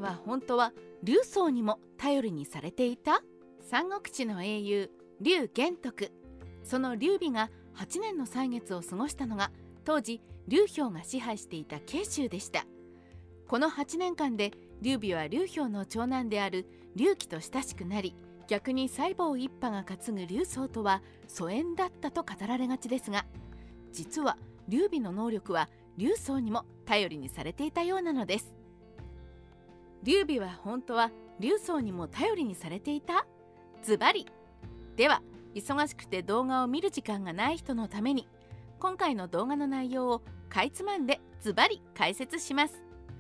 は本当は劉宗にも頼りにされていた？三国志の英雄劉玄徳、その劉備が8年の歳月を過ごしたのが当時劉氷が支配していた慶州でした。この8年間で劉備は劉氷の長男である劉貴と親しくなり、逆に西郷一派が担ぐ劉宗とは疎遠だったと語られがちですが、実は劉備の能力は劉宗にも頼りにされていたようなのです。劉備は本当は劉宗にも頼りにされていた？ズバリ。では忙しくて動画を見る時間がない人のために、今回の動画の内容をかいつまんでズバリ解説します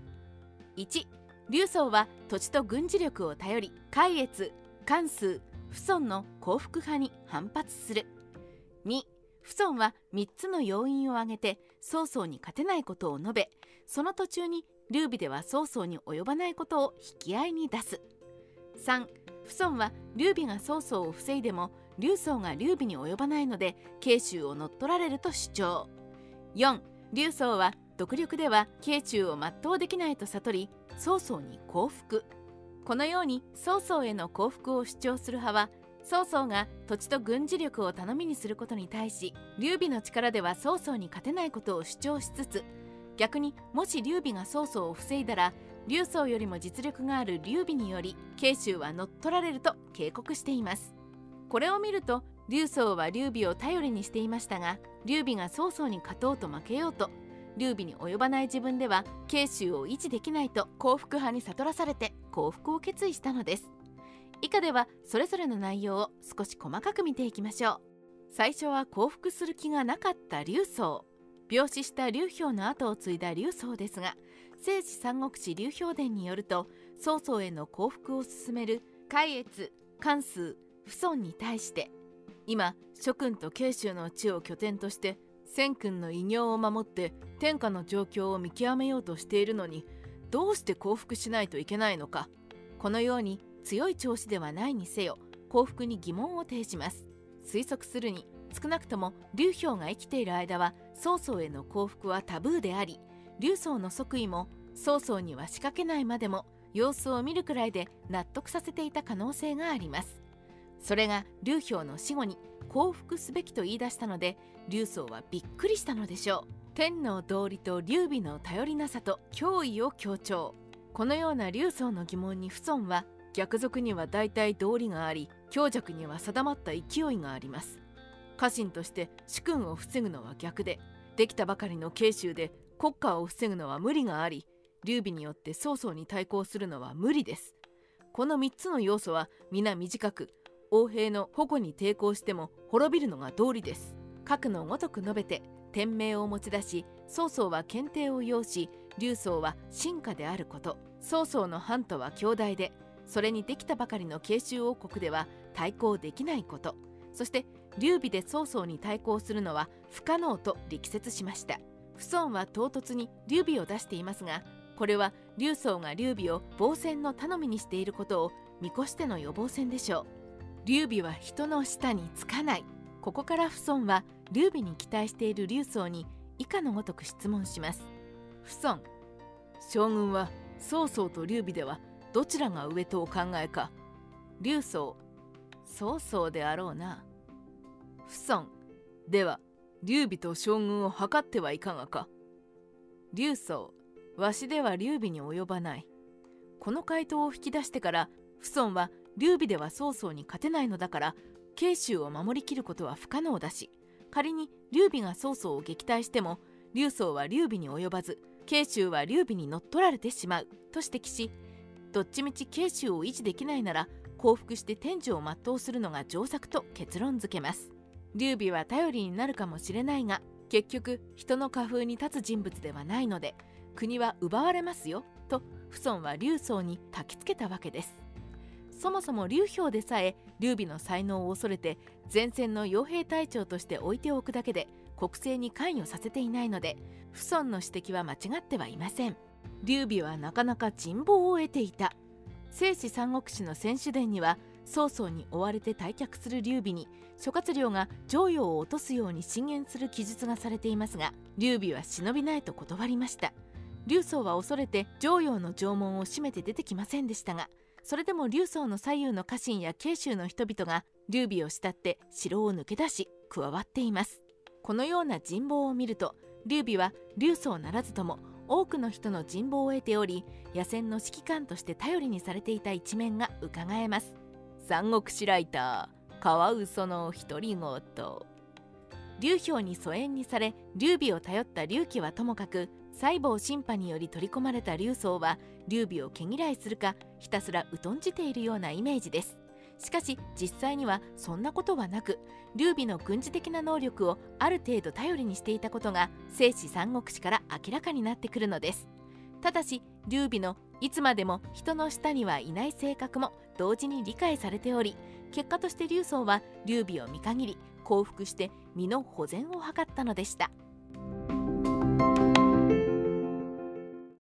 。1、劉宗は土地と軍事力を頼り、海越、関数、父孫の降伏派に反発する。2、父孫は3つの要因を挙げて曹操に勝てないことを述べ、その途中に劉備では曹操に及ばないことを引き合いに出す。3、父孫は劉備が曹操を防いでも劉宗が劉備に及ばないので慶州を乗っ取られると主張。4、劉宗は独力では慶州を全うできないと悟り、曹操に降伏。このように曹操への降伏を主張する派は、曹操が土地と軍事力を頼みにすることに対し、劉備の力では曹操に勝てないことを主張しつつ、逆にもし劉備が曹操を防いだら、劉宗よりも実力がある劉備により慶州は乗っ取られると警告しています。これを見ると劉宗は劉備を頼りにしていましたが、劉備が曹操に勝とうと負けようと、劉備に及ばない自分では慶州を維持できないと降伏派に悟らされて降伏を決意したのです。以下ではそれぞれの内容を少し細かく見ていきましょう。最初は降伏する気がなかった劉宗。病死した劉氷の後を継いだ劉宗ですが、正史三国志劉氷伝によると、曹操への降伏を進める海越、関数、父孫に対して、今諸君と慶州の地を拠点として千君の偉業を守って天下の状況を見極めようとしているのに、どうして降伏しないといけないのか。このように強い調子ではないにせよ降伏に疑問を呈します。推測するに、少なくとも劉氷が生きている間は曹操への降伏はタブーであり、劉宗の即位も曹操には仕掛けないまでも様子を見るくらいで納得させていた可能性があります。それが劉氷の死後に降伏すべきと言い出したので、劉宗はびっくりしたのでしょう。天の道理と劉備の頼りなさと脅威を強調。このような劉宗の疑問に父孫は、逆賊には大体道理があり、強弱には定まった勢いがあります。家臣として主君を防ぐのは逆で、できたばかりの慶州で国家を防ぐのは無理があり、劉備によって曹操に対抗するのは無理です。この3つの要素は皆短く、王兵の保護に抵抗しても滅びるのが道理です。核のごとく述べて天命を持ち出し、曹操は検定を要し、劉宗は臣下であること、曹操の藩とは兄弟で、それにできたばかりの慶州王国では対抗できないこと、そして劉備で曹操に対抗するのは不可能と力説しました。父孫は唐突に劉備を出していますが、これは劉宗が劉備を防戦の頼みにしていることを見越しての予防戦でしょう。劉備は人の下につかない。ここから父孫は劉備に期待している劉宗に以下のごとく質問します。父孫、将軍は曹操と劉備ではどちらが上とお考えか。劉宗、曹操であろうな。父孫、では劉備と将軍を図ってはいかがか。劉宗、わしでは劉備に及ばない。この回答を引き出してから、父孫は劉備では曹操に勝てないのだから慶州を守りきることは不可能だし、仮に劉備が曹操を撃退しても劉宗は劉備に及ばず、慶州は劉備に乗っ取られてしまうと指摘し、どっちみち慶州を維持できないなら降伏して天寿を全うするのが上策と結論付けます。劉備は頼りになるかもしれないが、結局人の家風に立つ人物ではないので国は奪われますよと父孫は劉宗に焚きつけたわけです。そもそも劉氷でさえ劉備の才能を恐れて前線の傭兵隊長として置いておくだけで国政に関与させていないので、父孫の指摘は間違ってはいません。劉備はなかなか人望を得ていた。正史三国志の選手伝には、曹操に追われて退却する劉備に諸葛亮が剰余を落とすように進言する記述がされていますが、劉備は忍びないと断りました。 劉宗は恐れて襄陽の城門を閉めて出てきませんでしたが、それでも劉宗の左右の家臣や慶州の人々が劉備を慕って城を抜け出し加わっています。このような人望を見ると、劉備は劉宗ならずとも多くの人の人望を得ており、野戦の指揮官として頼りにされていた一面がうかがえます。三国志ライターカワウソの独り言。劉氷に疎遠にされ劉備を頼った劉貴はともかく、西郷新派により取り込まれた劉宗は劉備を毛嫌いするかひたすら疎んじているようなイメージです。しかし実際にはそんなことはなく、劉備の軍事的な能力をある程度頼りにしていたことが正史三国志から明らかになってくるのです。ただし劉備のいつまでも人の下にはいない性格も同時に理解されており、結果として劉宗は劉備を見限り降伏して身の保全を図ったのでした。